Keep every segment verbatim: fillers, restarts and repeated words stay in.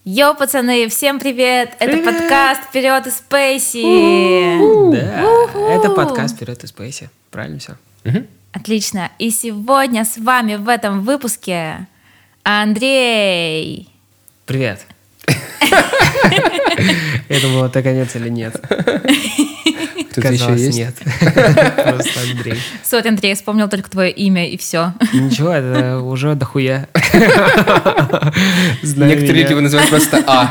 Йоу, пацаны, всем привет! Привет! Это подкаст «Вперед из Спейси». Да, это подкаст «Вперед из Спейси». Правильно все? Угу. Отлично. И сегодня с вами в этом выпуске Андрей. Привет. Я думал, это конец или нет. Тут еще есть? Нет. Просто Андрей. Сори, Андрей, вспомнил только твое имя и все. Ничего, это уже дохуя. Некоторые люди его называют просто А.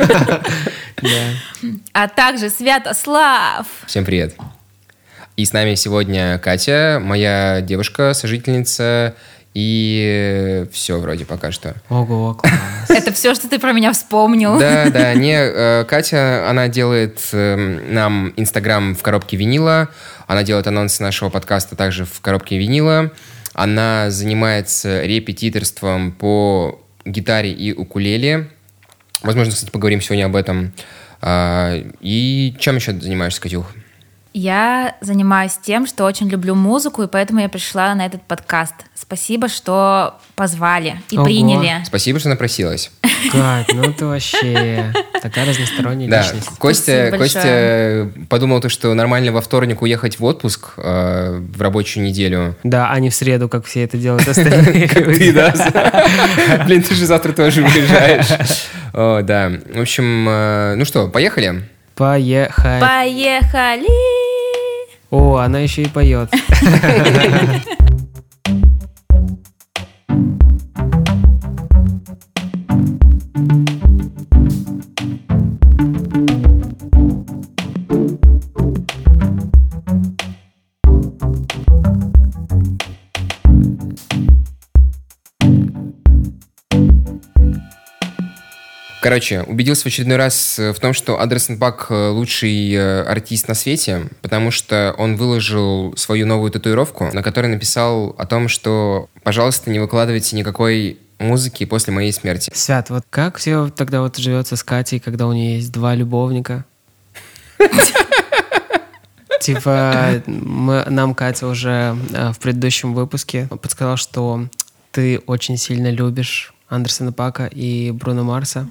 А также Святослав. Всем привет. И с нами сегодня Катя, моя девушка, сожительница, и все вроде пока что. Ого, класс. Это все, что ты про меня вспомнил. Да, да, не, э, Катя, она делает э, нам Инстаграм в коробке винила, она делает анонсы нашего подкаста также в коробке винила, она занимается репетиторством по гитаре и укулеле. Возможно, кстати, поговорим сегодня об этом. А, и чем еще ты занимаешься, Катюх? Я занимаюсь тем, что очень люблю музыку, и поэтому я пришла на этот подкаст. Спасибо, что позвали и Ого. приняли. Спасибо, что напросилась. Кать, ну ты вообще такая разносторонняя Да, личность. Костя, Спасибо Костя подумал, то, что нормально во вторник уехать в отпуск э, в рабочую неделю. Да, а не в среду, как все это делают остальные. Ты, да? Блин, ты же завтра тоже уезжаешь. О, да. В общем, э, ну что, поехали? Поехали. Поехали! О, она еще и поет. Короче, убедился в очередной раз в том, что Андерсон Пак лучший артист на свете, потому что он выложил свою новую татуировку, на которой написал о том, что, пожалуйста, не выкладывайте никакой музыки после моей смерти. Свят, вот как все тогда вот живется с Катей, когда у нее есть два любовника? Типа, мы, нам Катя уже э, в предыдущем выпуске подсказала, что ты очень сильно любишь Андерсона Пака и Бруно Марса.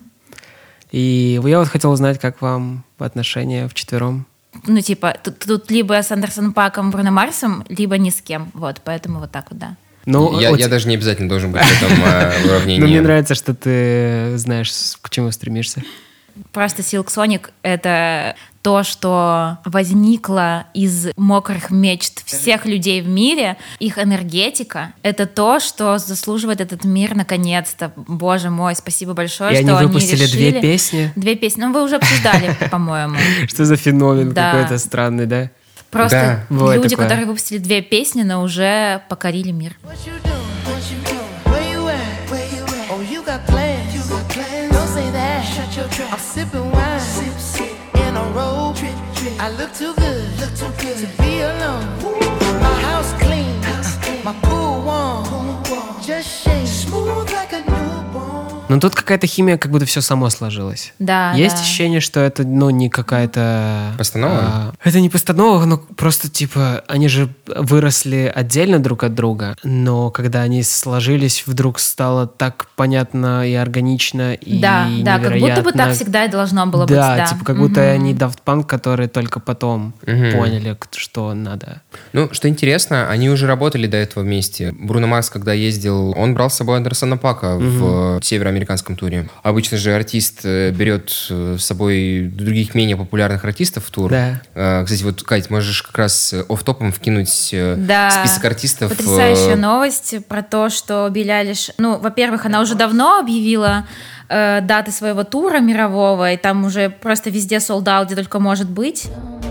И я вот хотел узнать, как вам отношения вчетвером? Ну, типа, тут, тут либо с Андерсоном Паком, Бруно Марсом, либо ни с кем. Вот, поэтому вот так вот, да. Ну, я, вот, я даже не обязательно должен быть в этом э, уравнении. но мне нравится, что ты знаешь, к чему стремишься. Просто Silk Sonic — это то, что возникло из мокрых мечт всех людей в мире. Их энергетика — это то, что заслуживает этот мир наконец-то. Боже мой, спасибо большое, И что они выпустили решили... две песни. Две песни. Ну, вы уже обсуждали, по-моему. Что за феномен Да. какой-то странный, да? Просто Да, бывает люди, такое. которые выпустили две песни, но уже покорили мир. What you doing? What you doing? Where you at? Where you at? Oh, you got plans. You got plans. Don't say that. Shut your trap. I'm sipping wine. Sip, sip. In a robe. Trip, trip. I look too good. Look too good to be alone. My house clean. House clean. My pool warm. Pool warm. Just shake. Smooth like a newborn. Но тут какая-то химия, как будто все само сложилось. Да, Есть да. ощущение, что это, ну, не какая-то... Постанова? а, это не постанова, но просто, типа, они же выросли отдельно друг от друга, но когда они сложились, вдруг стало так понятно и органично, и Да, да, как будто бы невероятно- так всегда и должно было быть. Да, Да, типа, как будто Мгм. они Daft Punk, которые только потом Мгм. поняли, к- что надо. Ну, что интересно, они уже работали до этого вместе. Бруно Марс, когда ездил, он брал с собой Андерсона Пака в североамериканском туре. Обычно же артист э, берет э, с собой других менее популярных артистов в тур. Да. Э, Кстати, вот, Кать, можешь как раз э, офф-топом вкинуть э, Да. список артистов. э, Потрясающая новость про то, что Билли Айлиш... Ну, во-первых, она уже давно объявила э, даты своего тура мирового, и там уже просто везде sold out, где только может быть.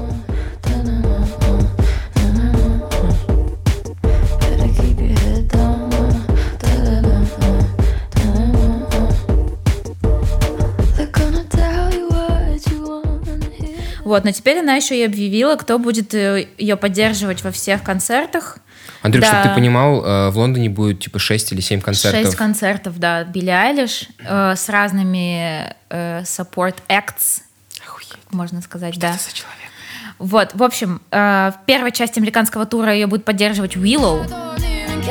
Вот, но теперь она еще и объявила, кто будет э, ее поддерживать во всех концертах. Андрюх, Да. чтобы ты понимал, э, в Лондоне будет типа шесть или семь концертов. Шесть концертов, да, Билли Айлиш э, с разными э, support acts, Охуеть, можно сказать, что да. это за человек? Вот, в общем, э, в первой части американского тура ее будет поддерживать Willow.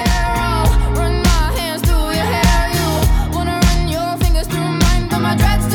Run my hands through your hair, you wanna run your fingers through mine, but my dreads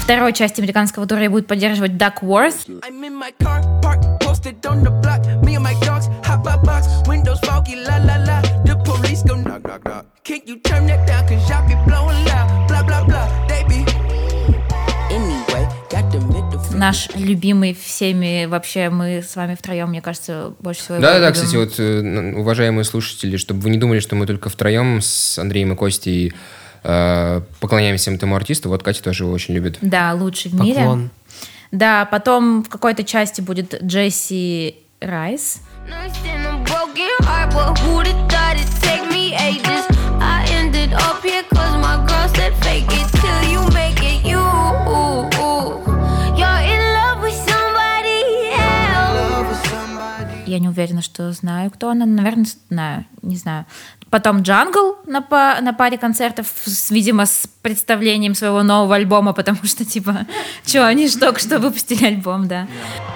второй части американского тура и будет поддерживать Duckworth. I'm in my car, park, posted on the block. Me and my dogs, hot by box, windows foggy, la la la. The police go knock, knock, knock. Can't you turn that down, cause y'all be blowing loud, blah, blah, blah. They be anyway, got the middle finger. Наш любимый всеми, вообще мы с вами втроем, мне кажется, больше всего его Да-да-да, любим. кстати, вот, э, уважаемые слушатели, чтобы вы не думали, что мы только втроем с Андреем и Костей э, поклоняемся этому артисту, вот Катя тоже его очень любит. Да, лучший в мире. Поклон. Да, потом в какой-то части будет Джесси Райс. Nursed in a broken heart, but who'd have thought it'd take me ages? I ended up here cause my girl said fake it till you make it. You, you're in love with somebody else. Я не уверена, что знаю, кто она. Наверное, знаю, не знаю. Потом Джангл на, па- на паре концертов, с, видимо, с представлением своего нового альбома, потому что, типа, что, они же только что выпустили альбом, да.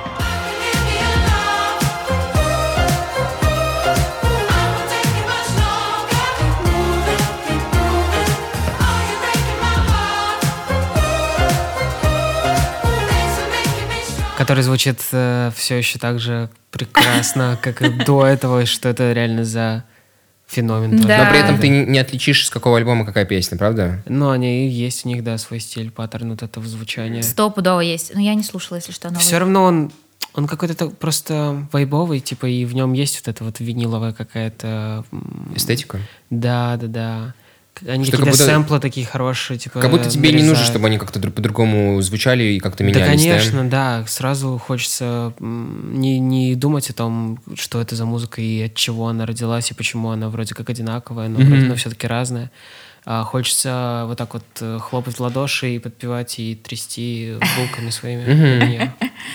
Который звучит э, все еще так же прекрасно, как и до этого, что это реально за феномен. тоже. Да. Но при этом ты не, не отличишь, с какого альбома какая песня, правда? Ну, они есть у них, да, свой стиль, паттерн вот этого звучания. Стопудово есть. Но я не слушала, если что, новый. Все равно он, он какой-то так просто вайбовый, типа, и в нем есть вот эта вот виниловая какая-то... м, Эстетика? Да, да, да. Они Что, какие-то как будто- сэмплы такие хорошие, типа... Как будто тебе не нужно, нарезают. чтобы они как-то друг- по-другому звучали и как-то менялись, Да, конечно, да. Сразу хочется м, не, не думать о том, что это за музыка и от чего она родилась, и почему она вроде как одинаковая, но вроде она все-таки разная. А хочется вот так вот э, хлопать в ладоши и подпевать, и трясти булками своими. на неё.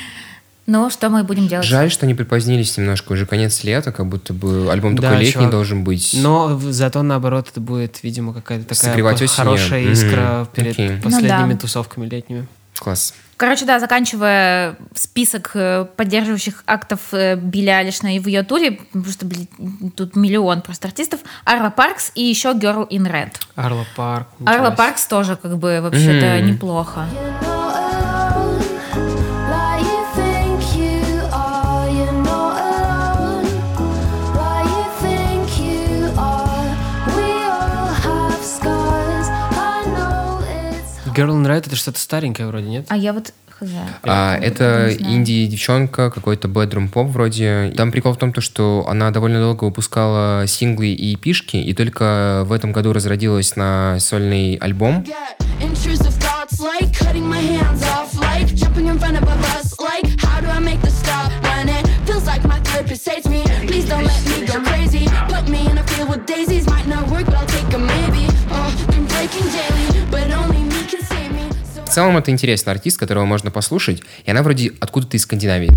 Ну, что мы будем делать? Жаль, что они припозднились немножко, уже конец лета, как будто бы альбом Да, такой летний чувак. должен быть. Но в- зато наоборот это будет, видимо, какая-то такая Согревать по- осенью. хорошая Мгм. искра перед Окей. последними Ну да. тусовками летними. Класс. Короче, да, заканчивая список э, поддерживающих актов э, Билли Айлиш на в ее туре, потому что, блин, тут миллион просто артистов, Арла Паркс и еще Girl in Red. Арла Парк. Арла началась. Паркс тоже как бы вообще-то Мгм. неплохо. You're not alone, like you think you are. You're not alone, like you think you are. We all have scars. I know it's Girl in Red — это что-то старенькое вроде, нет? А я вот хз. А, это не знаю. инди-девчонка, какой-то bedroom поп вроде. Там прикол в том, то, что она довольно долго выпускала синглы и эпишки, и только в этом году разродилась на сольный альбом. get intrusive thoughts like cutting my hands off, like jumping in front of a bus, like how do I make the stop when it feels like my therapist hates me? Please don't let me go crazy. Put me in a field with daisies, might not work, but I'll take a maybe. Oh, been breaking daily, but only me can save me. So В целом это интересный артист, которого можно послушать, и она вроде откуда-то из Скандинавии.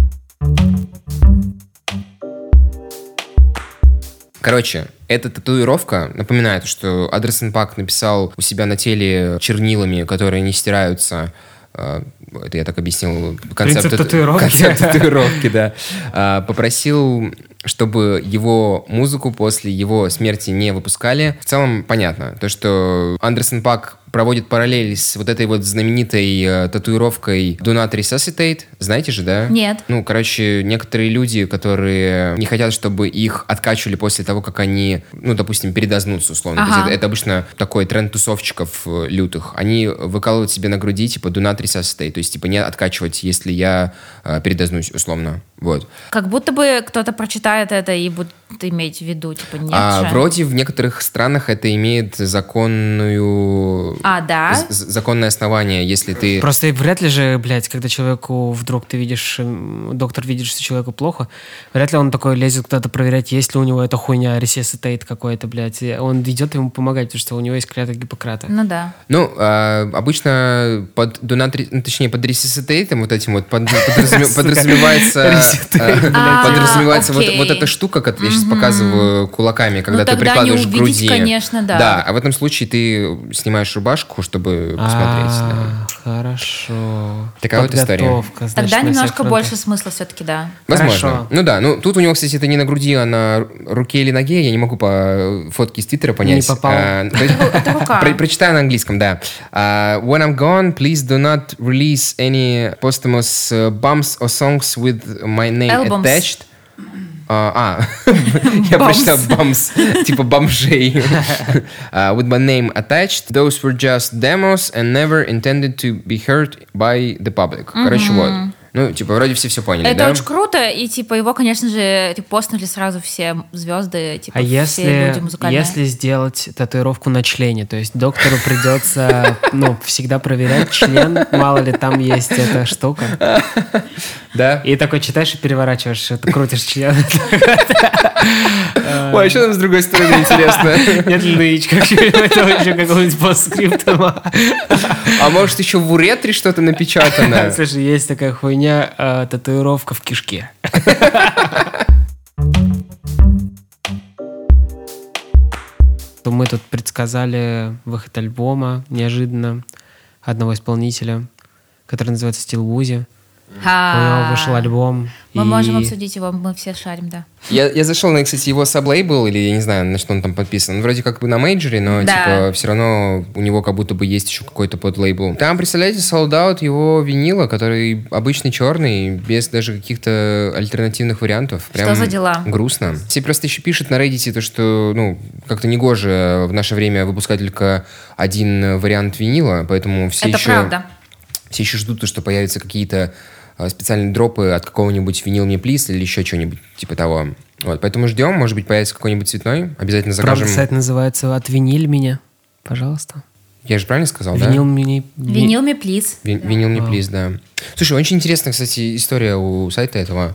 Короче, эта татуировка напоминает, что Андерсон Пак написал у себя на теле чернилами, которые не стираются. э, Это я так объяснил. Принцип тату- татуировки. Концепт татуировки, да. А, Попросил, чтобы его музыку после его смерти не выпускали. В целом понятно. То, что Андерсон Пак проводит параллель с вот этой вот знаменитой э, татуировкой Do Not Resuscitate. Знаете же, да? Нет. Ну, короче, некоторые люди, которые не хотят, чтобы их откачивали после того, как они, ну, допустим, передознутся, условно. То есть Ага. это, это обычно такой тренд тусовщиков э, лютых. Они выкалывают себе на груди, типа, do not resuscitate. То есть, типа, не откачивать, если я э, передознусь, условно. Вот. Как будто бы кто-то прочитает это и будет иметь в виду, типа, нет А же. вроде в некоторых странах это имеет законную... А, да? з- законное основание, если ты... Просто и вряд ли же, блядь, когда человеку вдруг ты видишь, м, доктор видит, что человеку плохо, вряд ли он такой лезет куда-то проверять, есть ли у него эта хуйня, ресеситейт какой-то, блядь. И он идет ему помогать, потому что у него есть клятва Гиппократа. Ну да. Ну, а, обычно под do not re- ну, точнее, под resuscitate, вот этим вот под- подразуме- подразумевается, Resuscitate, а, блядь. подразумевается вот, А, вот окей. эта штука, как, я сейчас показываю кулаками, когда Ну, ты тогда прикладываешь не к груди. увидеть, конечно, да. Да, а в этом случае ты снимаешь рубашку, чтобы посмотреть. да. А, Хорошо. Такая вот история. Подготовка, значит, Тогда на всех немножко фронтах. больше смысла все-таки, да. Возможно. Хорошо. Ну да, ну тут у него, кстати, это не на груди, а на руке или ноге. Я не могу по фотке из Твиттера понять. Не попал. А, то есть- Это рука. Про- Прочитаю на английском, да. А, When I'm gone, please do not release any posthumous uh, bumps or songs with my name Albums. attached. А, а, я прочитал бамс, типа бомжей. Uh, with my name attached, those were just demos and never intended to be heard by the public. Короче, вот. Ну, типа, вроде все все поняли, Это да? очень круто, и типа его, конечно же, репостнули сразу все звезды, типа А все если, люди музыкальные. если сделать татуировку на члене, то есть доктору придется ну, всегда проверять член, мало ли там есть эта штука. Да. И такой читаешь и переворачиваешь, это крутишь член. Ой, а что там с другой стороны, интересно? Нет ли нычка, это еще какого-нибудь постскриптума. А может, еще в уретре что-то напечатано? Слушай, есть такая хуйня, э, татуировка в кишке. То мы тут предсказали выход альбома неожиданно одного исполнителя, который называется Steel Woozy. У А, него вышел альбом. Мы и- можем обсудить его, мы все шарим, да. Я, я зашел на, кстати, его саблейбл, или я не знаю, на что он там подписан. Он вроде как бы на мейджоре, но Да. типа все равно у него как будто бы есть еще какой-то подлейбл. Там, представляете, sold out его винила, который обычный черный, без даже каких-то альтернативных вариантов. Прям Что за дела? грустно. Все просто еще пишут на Reddit, то, что ну как-то негоже в наше время выпускать только один вариант винила, поэтому все Это еще... правда. Все еще ждут, что появятся какие-то э, специальные дропы от какого-нибудь винил мне плиз или еще чего-нибудь типа того. Вот, поэтому ждем, может быть, появится какой-нибудь цветной. Обязательно закажем. Правда, сайт называется «Отвиниль меня». Пожалуйста. Я же правильно сказал, Винил да? меня. Винил me, please. Ви- Винил мне А. плиз, да. Слушай, очень интересная, кстати, история у сайта этого.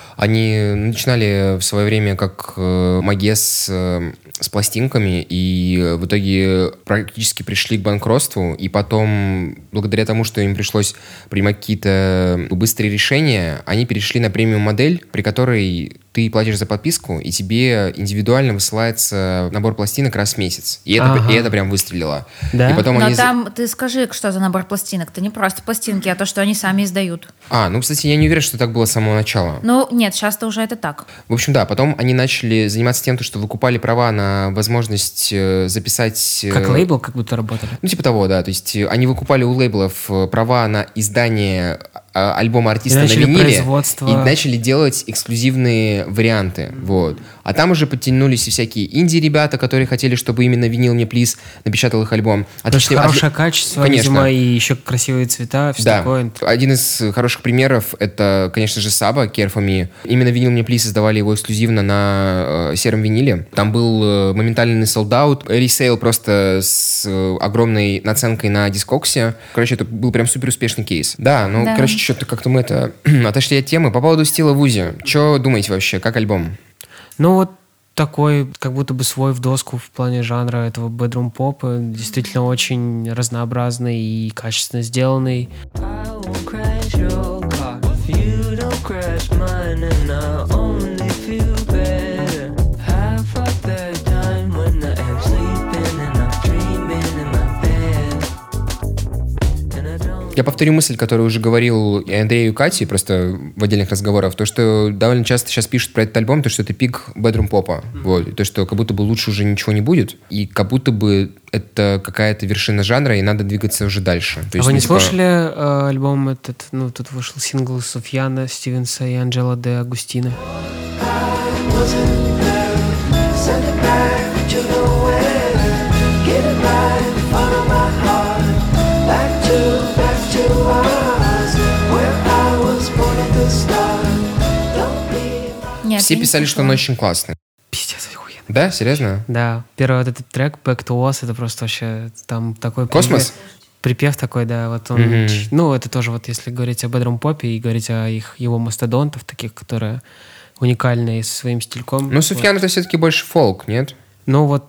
Они начинали в свое время как э, Магес э, с пластинками, и э, в итоге практически пришли к банкротству, и потом, благодаря тому, что им пришлось принимать какие-то быстрые решения, они перешли на премиум-модель, при которой ты платишь за подписку, и тебе индивидуально высылается набор пластинок раз в месяц. И это, Ага. и это прям выстрелило. Да? И потом Но они... за- там, ты скажи, что за набор пластинок. Это не просто пластинки, а то, что они сами издают. А, ну, кстати, я не уверен, что так было с самого начала. Ну, нет, сейчас-то уже это так. В общем, да, потом они начали заниматься тем, что выкупали права на возможность э, записать... э, Как лейбл как будто работали. Ну, типа того, да. То есть э, они выкупали у лейблов э, права на издание а, альбома артиста И на начали виниле. производство. И начали делать эксклюзивные варианты. Вот. А там уже подтянулись и всякие инди-ребята, которые хотели, чтобы именно винил мне плиз напечатал их альбом. То есть Отличный- хорошее отли- качество, Конечно. видимо, и еще красивые цвета, все Да. такое. Один из хороших примеров это, конечно же, Саба, Care for Me. Именно винил мне плиз издавали его эксклюзивно на э, сером виниле. Там был э, моментальный солд-аут, ресейл просто с э, огромной наценкой на дискоксе. Короче, это был прям супер успешный кейс. Да, ну, Да. короче, что-то как-то мы это отошли от темы. По поводу Стила Вузи. Что думаете вообще? Как альбом? Ну вот такой, как будто бы свой в доску в плане жанра этого bedroom попа, действительно очень разнообразный и качественно сделанный. I won't crash your car if you don't crash mine, and I only feel better half of the time when I am sleeping and I'm dreaming in my bed, and I don't. Я повторю мысль, которую уже говорил и Андрею, и Кате, просто в отдельных разговорах. То, что довольно часто сейчас пишут про этот альбом, то, что это пик bedroom попа. Вот. То, что как будто бы лучше уже ничего не будет. И как будто бы это какая-то вершина жанра, и надо двигаться уже дальше. То А есть, вы ну, не типа, слушали э, альбом этот, ну тут вышел сингл Суфьяна Стивенса и Анджела де Агустина? Send it back, but you know where. Get it right, follow my heart. Back to, back to us, where I was born at the start. Don't be my... Нет, все я не писали, что слышала. он очень классный. Пиздец, охуенно. Да? Серьезно? Да, первый вот этот трек Back to Us, это просто вообще там такой... Космос? Припев такой, да, вот он... Мгм. ч- Ну, это тоже вот если говорить о bedroom попе и говорить о их, его мастодонтов, таких, которые уникальные со своим стильком. Ну, Суфьян это все-таки больше фолк, нет? Ну вот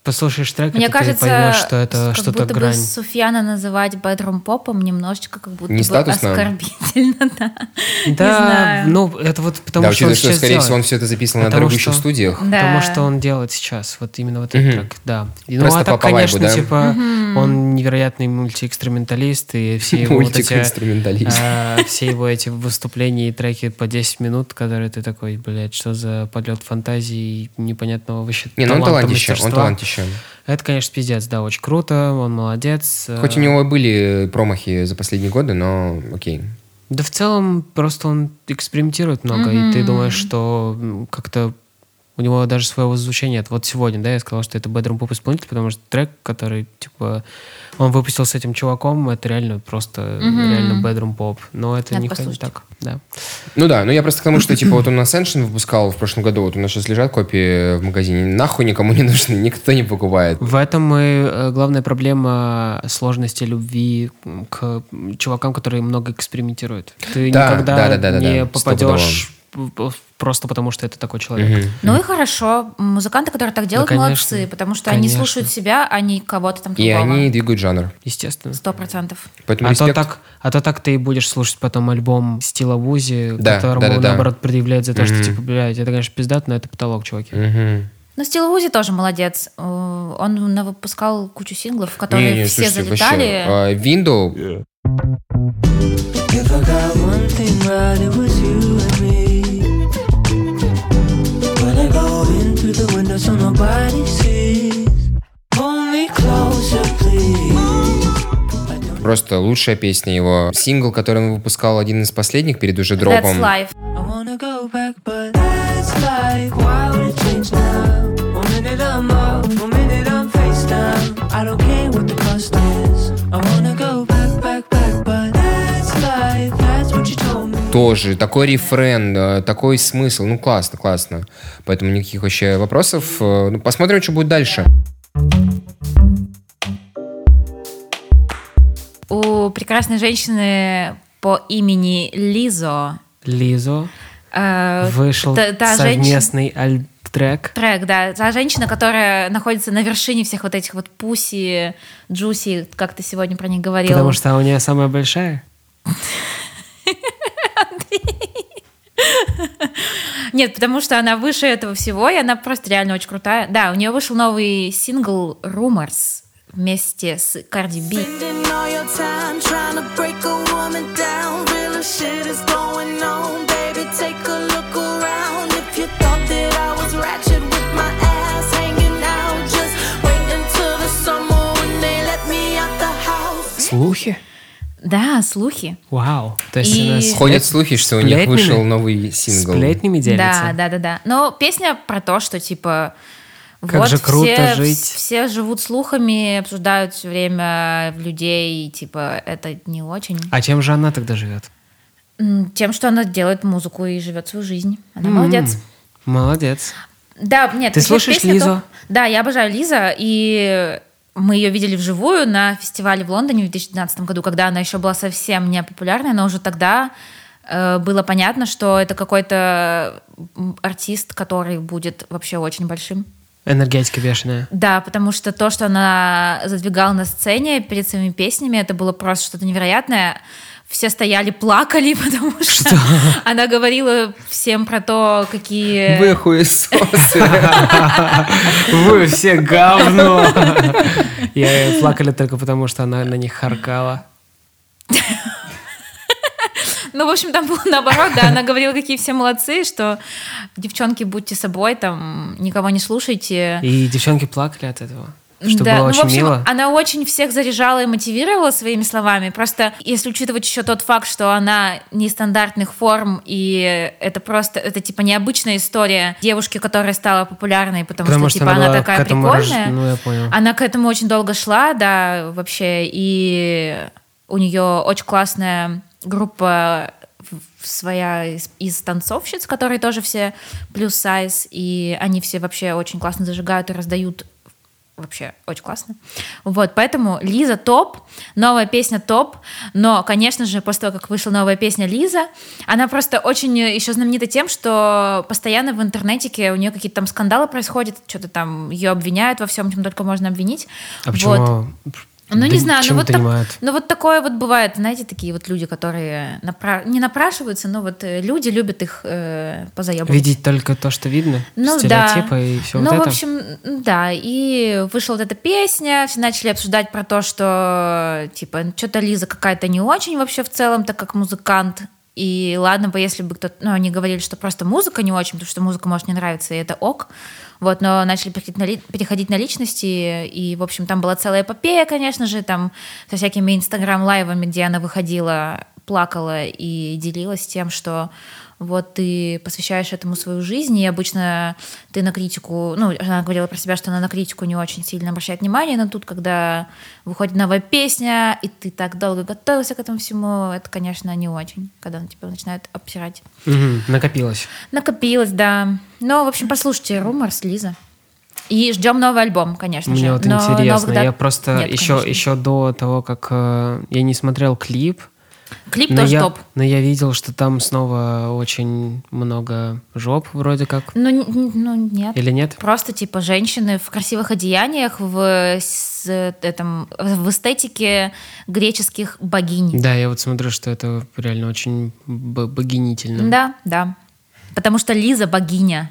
послушаешь трек, Мне и кажется, ты поймешь, что это как что-то будто грань. бы Суфьяна называть бедрум попом немножечко как будто Не бы статусно? оскорбительно, да. Не Да, знаю. ну это вот потому Да, что он учитывая, что, сейчас скорее делает. всего, он все это записывал на Потому дорогущих что- студиях. Да. Потому что он делает сейчас, вот именно вот этот Мгм. трек, да. И, ну, Просто а так, по- по вайбу, конечно, да? типа, он невероятный мультиэксперименталист, и все его вот эти... Мультик-инструменталист. а, все его эти выступления и треки по десять минут, которые ты такой, блядь, что за полет фантазии и непонятного вообще Не, ну он таланта, талантище, он мастерства. талантище. Это, конечно, пиздец, да, очень круто, он молодец. Хоть у э, него были промахи за последние годы, но окей. Да в целом просто он экспериментирует много, и ты думаешь, что м, как-то у него даже своего звучания нет. Вот сегодня, да, я сказал, что это Bedroom Pop исполнитель, потому что трек, который, типа, он выпустил с этим чуваком, это реально просто реально Bedroom Pop. Но это Надо не послушать. так, да. Ну да, ну я просто к тому, что типа вот он Ascension выпускал в прошлом году, вот у нас сейчас лежат копии в магазине, нахуй никому не нужны, никто не покупает. В этом и э, главная проблема сложности любви к чувакам, которые много экспериментируют. Ты Да, никогда да, да, да, да, не да, попадешь п- просто потому, что это такой человек. Мгм. Ну и хорошо. Музыканты, которые так делают, конечно. молодцы, потому что они Конечно. слушают себя, а не кого-то там И другого. они двигают жанр. Естественно. Сто процентов. Поэтому А то, респект. так, а то так ты и будешь слушать потом альбом Стила Вузи, Да, которому, да, да, да. наоборот, предъявляют за то, что, Мгм. типа, блядь, это, конечно, пиздат, но это потолок, чуваки. Мгм. Ну, Стил Узи тоже молодец. Э, Он выпускал кучу синглов, которые Не-не, все слушайте, залетали. вообще, а, Window, If I got one thing right, it was you and me. When I go in through the window so nobody sees. Pull me closer, please. просто лучшая песня его. Сингл, который он выпускал, один из последних перед уже That's дропом. life. I wanna go back, but that's life. Why would it change now? One minute I'm up, one minute I'm face down. I don't care what the cost is. I wanna go back, back, back, but that's life. That's what you told me. Тоже такой рефрен, э, такой смысл. Ну, классно, классно. Поэтому никаких вообще вопросов. Э, Ну, посмотрим, что будет дальше. У прекрасной женщины по имени Лизо Лизо э, вышел та- та женщина- совместный аль- трек. Трек, да. Та женщина, которая находится на вершине всех вот этих вот пуси, джуси, как ты сегодня про них говорил. Потому что у нее самая большая. Нет, потому что она выше этого всего, и она просто реально очень крутая. Да, у нее вышел новый сингл «Rumors» вместе с Cardi B. Spending all your time trying to break a woman down. Real as shit is going on, baby. Take a look around. If you thought that I was ratchet with my ass hanging out, just wait until the summer when they let me out the house. Слухи? Да, слухи. Вау. То есть И- у нас Ходят слухи, что у них сплетнями- вышел новый сингл. Сплетнями делятся. Да, да, да, да. Но песня про то, что типа Как вот же круто все, жить. все живут слухами, обсуждают все время людей, и, типа это не очень. А чем же она тогда живет? М, Тем, что она делает музыку и живет свою жизнь. Она М, молодец. Молодец. Да, нет. Ты вообще слушаешь песня Лизу? топ. Да, я обожаю Лиза, и мы ее видели вживую на фестивале в Лондоне в две тысячи двенадцатом году, когда она еще была совсем не популярной, но уже тогда э, было понятно, что это какой-то м, артист, который будет вообще очень большим. Энергетика бешеная. Да, потому что то, что она задвигала на сцене перед своими песнями, это было просто что-то невероятное. Все стояли, плакали, потому что, Что? она говорила всем про то, какие... Вы хуесосы. Вы все говно. И плакали только потому, что она на них харкала. Ну, в общем, там было наоборот, да, она говорила, какие все молодцы, что девчонки, будьте собой, там, никого не слушайте. И девчонки плакали от этого. Что Да, было ну, очень в общем, мило. она очень всех заряжала и мотивировала своими словами. Просто если учитывать еще тот факт, что она нестандартных форм, и это просто, это типа необычная история девушки, которая стала популярной, потому, Потому что, что типа она она была такая к этому рож- прикольная. ну, я понял. Она к этому очень долго шла, да, вообще, и у нее очень классная группа в- своя из, из танцовщиц, которые тоже все плюс сайз, и они все вообще очень классно зажигают и раздают вообще очень классно. Вот, поэтому Лиза топ, новая песня топ, но, конечно же, после того, как вышла новая песня Лиза, она просто очень еще знаменита тем, что постоянно в интернете у нее какие-то там скандалы происходят, что-то там ее обвиняют во всем, чем только можно обвинить. А почему? Вот. Ну, Да не знаю, ну вот, так, донимают? ну вот такое вот бывает, знаете, такие вот люди, которые напра... не напрашиваются, но вот э, люди любят их э, позаебывать. Видеть только то, что видно? Ну, стереотипы да. и все ну, вот это? в общем, да, и вышла вот эта песня, все начали обсуждать про то, что, типа, что-то Лиза какая-то не очень вообще в целом, так как музыкант. И ладно бы, если бы кто-то... Ну, они говорили, что просто музыка не очень, потому что музыка может не нравиться, и это ок. Вот, но начали переходить на, ли... переходить на личности, и, в общем, там была целая эпопея, конечно же, там со всякими инстаграм-лайвами, где она выходила, плакала и делилась тем, что вот ты посвящаешь этому свою жизнь, и обычно ты на критику... Ну, она говорила про себя, что она на критику не очень сильно обращает внимание, но тут, когда выходит новая песня, и ты так долго готовился к этому всему, это, конечно, не очень, когда на тебя начинают обсирать. Угу, накопилось. Накопилось, да. Но, в общем, послушайте «Rumors», Лиза. И ждем новый альбом, конечно Мне же. вот Но интересно, новых дат я просто нет, еще, конечно. еще до того, как э, я не смотрел клип, Клип но тоже я, топ. но я видел, что там снова очень много жоп вроде как. Ну, н- ну, нет. Или нет? Просто, типа, женщины в красивых одеяниях, в, с, этом, в эстетике греческих богинь. Да, я вот смотрю, что это реально очень б- богинительно. Да, да. Потому что Лиза богиня.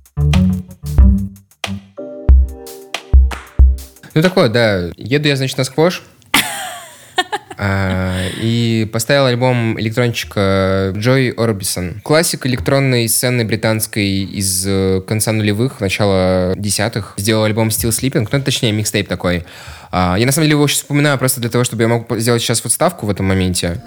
Ну, такое, да. Еду я, значит, на сквош. А, и поставил альбом электрончика Джой Орбисон. Классик электронной сцены британской из э, конца нулевых, начала десятых. Сделал альбом Still Sleeping, ну, точнее, микстейп такой. А, я, на самом деле, его сейчас вспоминаю просто для того, чтобы я мог сделать сейчас вот ставку в этом моменте.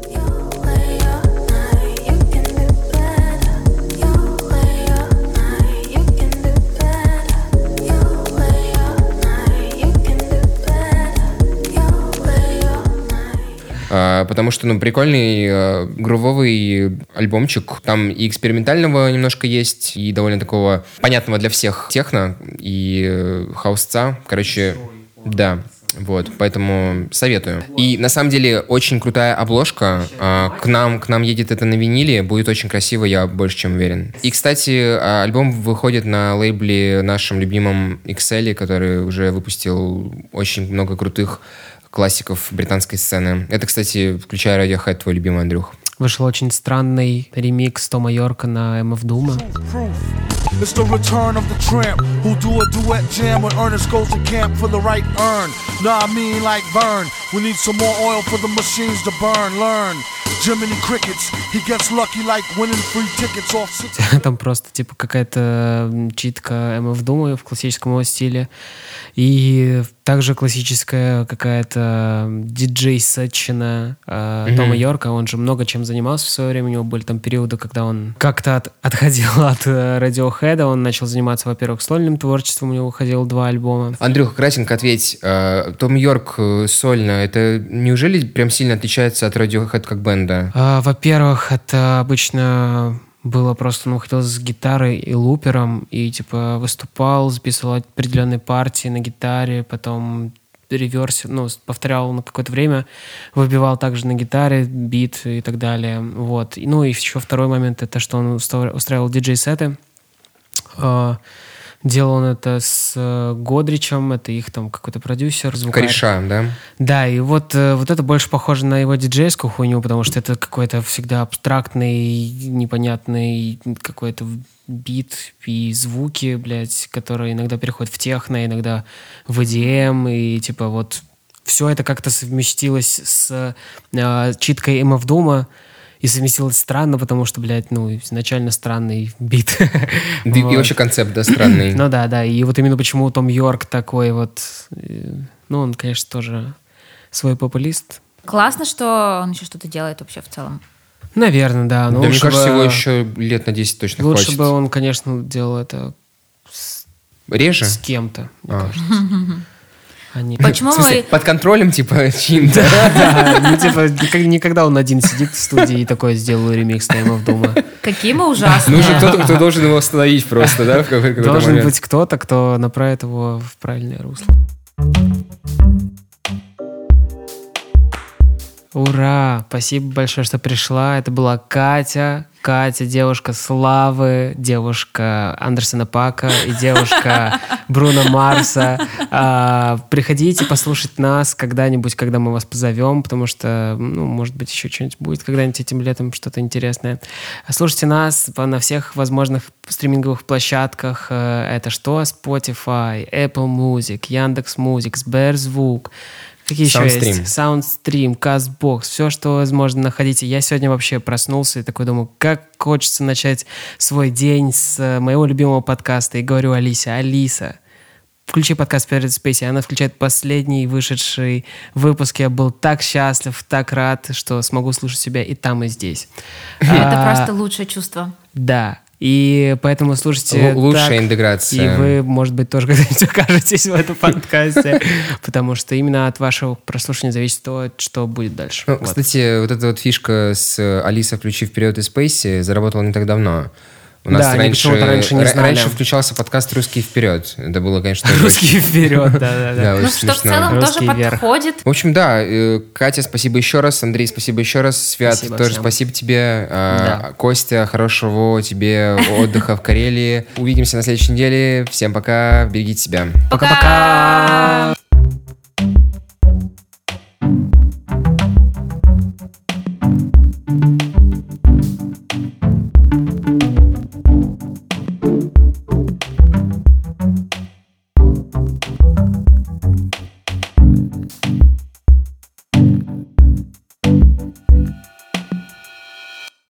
Потому что, ну, прикольный, э, грувовый альбомчик. Там и экспериментального немножко есть, и довольно такого понятного для всех техно, и э, хаусца. Короче, да. Вот, поэтому советую. И на самом деле очень крутая обложка. А, к нам, к нам едет это на виниле. Будет очень красиво, я больше чем уверен. И, кстати, альбом выходит на лейбле нашем любимом икс эл, который уже выпустил очень много крутых классиков британской сцены. Это, кстати, включая Radiohead, твой любимый, Андрюх. Вышел очень странный ремикс Тома Йорка на эм эф Doom. It's the return of the tramp who do a duet jam when Ernest goes to camp for the right urn. Nah, I mean like burn. We need some more oil for the machines to burn. Learn. Jiminy Crickets. He gets lucky like winning free tickets off six. Там просто типа какая-то читка эм эф Doom в классическом его стиле. И также классическая какая-то диджей-сетчина э, mm-hmm. Тома Йорка. Он же много чем занимался в свое время. У него были там периоды, когда он как-то от, отходил от э, Radiohead. Он начал заниматься, во-первых, сольным творчеством. У него выходило два альбома. Андрюх, кратенько ответь. Э, Том Йорк э, сольно, это неужели прям сильно отличается от Radiohead как бенда? Э, во-первых, это обычно... было просто, ну, ходил с гитарой и лупером, и, типа, выступал, записывал определенные партии на гитаре, потом реверс, ну, повторял на какое-то время, выбивал также на гитаре бит и так далее, вот. И, ну, и еще второй момент, это что он устраивал диджей-сеты. Делал он это с Годричем, это их там какой-то продюсер, звукарь. Кореша, да? Да, и вот, вот это больше похоже на его диджейскую хуйню, потому что это какой-то всегда абстрактный, непонятный какой-то бит и звуки, блядь, которые иногда переходят в техно, иногда в и ди эм, и типа вот все это как-то совместилось с э, читкой эм эф Doom, и совместилось странно, потому что, блядь, ну, изначально странный бит. И вообще концепт, да, странный. Ну да, да, и вот именно почему Том Йорк такой вот, ну, он, конечно, тоже свой популист. Классно, что он еще что-то делает вообще в целом. Наверное, да. Да, мне кажется, его еще лет на десять точно хватит. Лучше бы он, конечно, делал это с, реже? с кем-то, мне А. кажется. Они... Почему В смысле, мы... под контролем, типа, чин-то? Да, ну типа никак- никогда он один сидит в студии и такой сделаю ремикс Таймов дома. Какие мы ужасные. Нужен кто-то, кто должен его остановить просто, да, в какой-то Должен момент. быть кто-то, кто направит его в правильное русло. Ура! Спасибо большое, что пришла. Это была Катя. Катя, девушка Славы, девушка Андерсона Пака и девушка Бруно Марса. А, приходите послушать нас когда-нибудь, когда мы вас позовем, потому что, ну, может быть, еще что-нибудь будет когда-нибудь этим летом, что-то интересное. Слушайте нас на всех возможных стриминговых площадках. Это что? Spotify, Apple Music, Яндекс.Музык, Сберзвук. Какие еще Soundstream. есть? Soundstream, CastBox, все, что возможно, находите. Я сегодня вообще проснулся и такой думаю, как хочется начать свой день с моего любимого подкаста. И говорю Алисе: Алиса, включи подкаст Period Space. И она включает последний вышедший выпуск. Я был так счастлив, так рад, что смогу слушать себя и там, и здесь. Это А, просто лучшее чувство. Да. И поэтому слушайте Л- лучшая так, интеграция. И вы, может быть, тоже когда-нибудь окажетесь в этом подкасте, потому что именно от вашего прослушивания зависит то, что будет дальше. Ну, Вот. кстати, вот эта вот фишка с Алисой «Включи вперед» и Space заработала не так давно. У нас Да, они раньше, почему-то раньше не ра- знали. раньше включался подкаст «Русский вперед». Это было, конечно, тоже Русский вперед, да-да-да. Да, Ну, очень что в смешно. целом тоже Русский вверх. подходит. В общем, да, э, Катя, спасибо еще раз, Андрей, спасибо еще раз, Свят, Спасибо тоже всем. спасибо тебе, а, Да. Костя, хорошего тебе отдыха в Карелии. Увидимся на следующей неделе. Всем пока, берегите себя. Пока-пока!